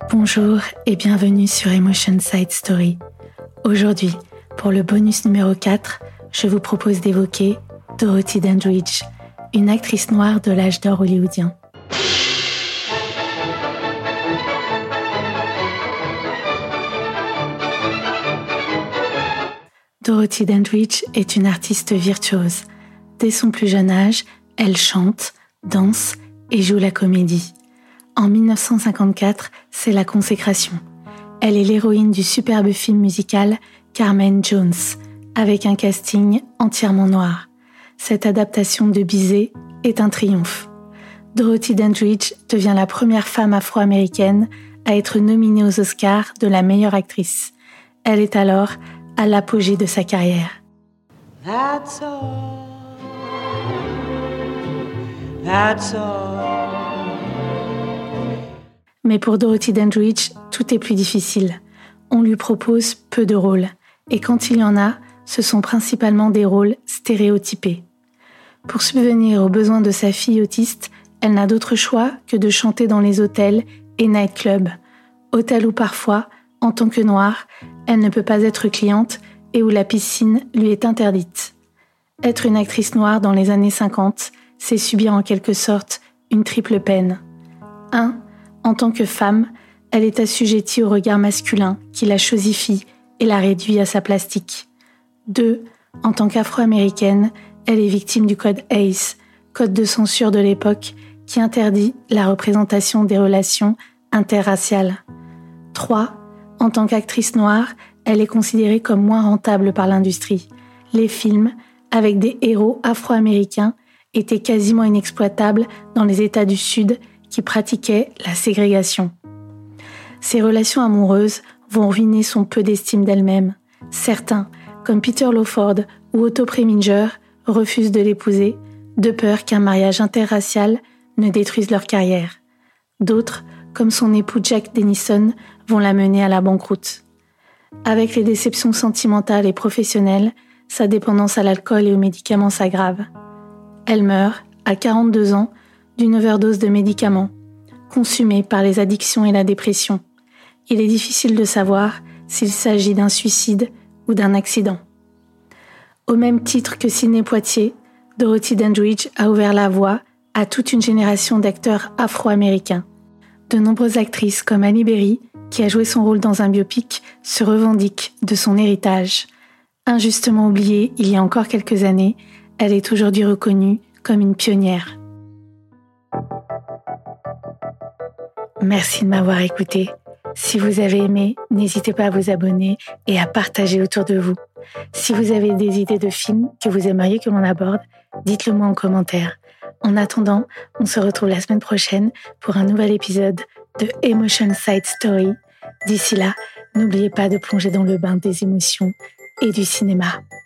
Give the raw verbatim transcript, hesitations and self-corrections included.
Bonjour et bienvenue sur Emotion Side Story. Aujourd'hui, pour le bonus numéro quatre, je vous propose d'évoquer Dorothy Dandridge, une actrice noire de l'âge d'or hollywoodien. Dorothy Dandridge est une artiste virtuose. Dès son plus jeune âge, elle chante, danse et joue la comédie. En dix-neuf cent cinquante-quatre, c'est la consécration. Elle est l'héroïne du superbe film musical Carmen Jones, avec un casting entièrement noir. Cette adaptation de Bizet est un triomphe. Dorothy Dandridge devient la première femme afro-américaine à être nominée aux Oscars de la meilleure actrice. Elle est alors à l'apogée de sa carrière. That's all. That's all. Mais pour Dorothy Dandridge, tout est plus difficile. On lui propose peu de rôles, et quand il y en a, ce sont principalement des rôles stéréotypés. Pour subvenir aux besoins de sa fille autiste, elle n'a d'autre choix que de chanter dans les hôtels et nightclubs, hôtels où parfois, en tant que noire, elle ne peut pas être cliente et où la piscine lui est interdite. Être une actrice noire dans les années cinquante, c'est subir en quelque sorte une triple peine. un. En tant que femme, elle est assujettie au regard masculin qui la chosifie et la réduit à sa plastique. deux. En tant qu'afro-américaine, elle est victime du code Hays, code de censure de l'époque qui interdit la représentation des relations interraciales. trois. En tant qu'actrice noire, elle est considérée comme moins rentable par l'industrie. Les films, avec des héros afro-américains, étaient quasiment inexploitables dans les États du Sud qui pratiquaient la ségrégation. Ses relations amoureuses vont ruiner son peu d'estime d'elle-même. Certains, comme Peter Lawford ou Otto Preminger, refusent de l'épouser, de peur qu'un mariage interracial ne détruise leur carrière. D'autres, comme son époux Jack Dennison, vont la mener à la banqueroute. Avec les déceptions sentimentales et professionnelles, sa dépendance à l'alcool et aux médicaments s'aggrave. Elle meurt, à quarante-deux ans, d'une overdose de médicaments, consumée par les addictions et la dépression. Il est difficile de savoir s'il s'agit d'un suicide ou d'un accident. Au même titre que Sidney Poitier, Dorothy Dandridge a ouvert la voie à toute une génération d'acteurs afro-américains. De nombreuses actrices comme Halle Berry, qui a joué son rôle dans un biopic, se revendiquent de son héritage. Injustement oubliée il y a encore quelques années, elle est aujourd'hui reconnue comme une pionnière. Merci de m'avoir écouté. Si vous avez aimé, n'hésitez pas à vous abonner et à partager autour de vous. Si vous avez des idées de films que vous aimeriez que l'on aborde, dites-le moi en commentaire. En attendant, on se retrouve la semaine prochaine pour un nouvel épisode de Emotion Side Story. D'ici là, n'oubliez pas de plonger dans le bain des émotions et du cinéma.